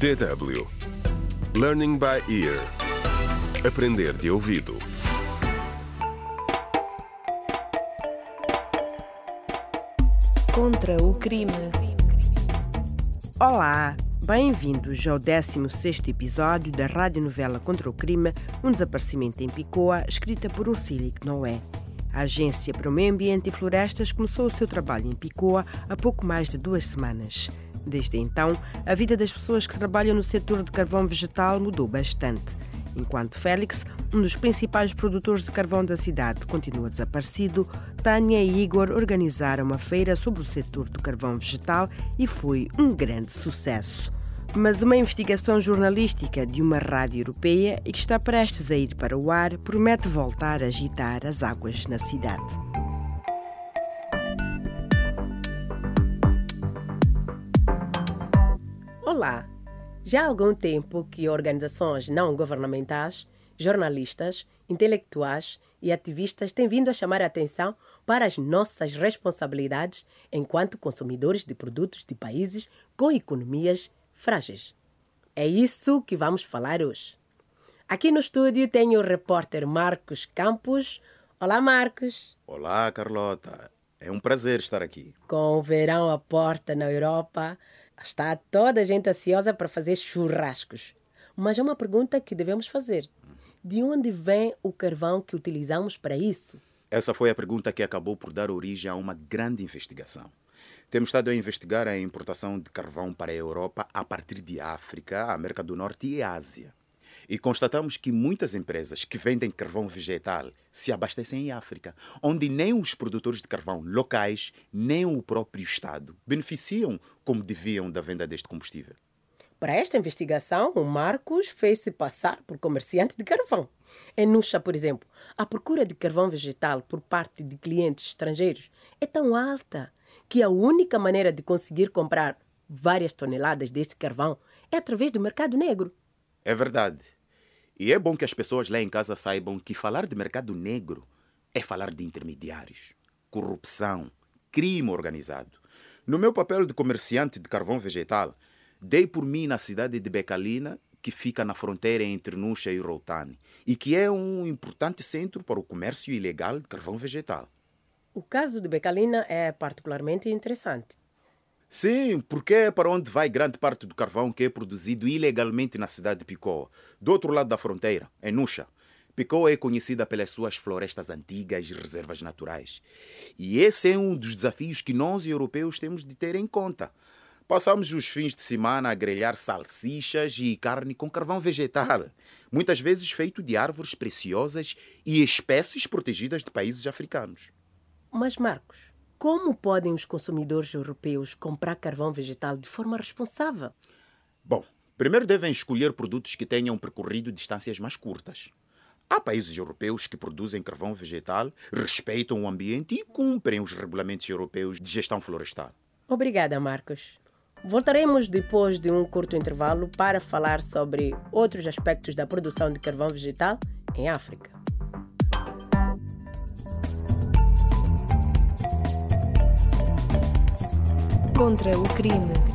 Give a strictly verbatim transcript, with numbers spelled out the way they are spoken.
D W Learning by Ear. Aprender de ouvido. Contra o crime. Olá, bem-vindos ao décimo sexto episódio da radionovela Contra o Crime, um desaparecimento em Picoa, escrita por Ursílic Noé. A Agência para o Meio Ambiente e Florestas começou o seu trabalho em Picoa há pouco mais de duas semanas. Desde então, a vida das pessoas que trabalham no setor de carvão vegetal mudou bastante. Enquanto Félix, um dos principais produtores de carvão da cidade, continua desaparecido, Tânia e Igor organizaram uma feira sobre o setor do carvão vegetal e foi um grande sucesso. Mas uma investigação jornalística de uma rádio europeia e que está prestes a ir para o ar promete voltar a agitar as águas na cidade. Olá! Já há algum tempo que organizações não governamentais, jornalistas, intelectuais e ativistas têm vindo a chamar a atenção para as nossas responsabilidades enquanto consumidores de produtos de países com economias frágeis. É isso que vamos falar hoje. Aqui no estúdio tenho o repórter Marcos Campos. Olá, Marcos. Olá, Carlota. É um prazer estar aqui. Com o verão à porta na Europa, está toda a gente ansiosa para fazer churrascos. Mas há uma pergunta que devemos fazer. De onde vem o carvão que utilizamos para isso? Essa foi a pergunta que acabou por dar origem a uma grande investigação. Temos estado a investigar a importação de carvão para a Europa a partir de África, América do Norte e Ásia. E constatamos que muitas empresas que vendem carvão vegetal se abastecem em África, onde nem os produtores de carvão locais, nem o próprio Estado beneficiam como deviam da venda deste combustível. Para esta investigação, o Marcos fez-se passar por comerciante de carvão. Em Nuxa, por exemplo, a procura de carvão vegetal por parte de clientes estrangeiros é tão alta que a única maneira de conseguir comprar várias toneladas desse carvão é através do mercado negro. É verdade. E é bom que as pessoas lá em casa saibam que falar de mercado negro é falar de intermediários, corrupção, crime organizado. No meu papel de comerciante de carvão vegetal, dei por mim na cidade de Becalina, que fica na fronteira entre Nuxa e Routane, e que é um importante centro para o comércio ilegal de carvão vegetal. O caso de Becalina é particularmente interessante. Sim, porque é para onde vai grande parte do carvão que é produzido ilegalmente na cidade de Picoa, do outro lado da fronteira, em Nuxa. Picoa é conhecida pelas suas florestas antigas e reservas naturais. E esse é um dos desafios que nós, europeus, temos de ter em conta. Passamos os fins de semana a grelhar salsichas e carne com carvão vegetal, muitas vezes feito de árvores preciosas e espécies protegidas de países africanos. Mas, Marcos, como podem os consumidores europeus comprar carvão vegetal de forma responsável? Bom, primeiro devem escolher produtos que tenham percorrido distâncias mais curtas. Há países europeus que produzem carvão vegetal, respeitam o ambiente e cumprem os regulamentos europeus de gestão florestal. Obrigada, Marcos. Voltaremos depois de um curto intervalo para falar sobre outros aspectos da produção de carvão vegetal em África. Contra o crime.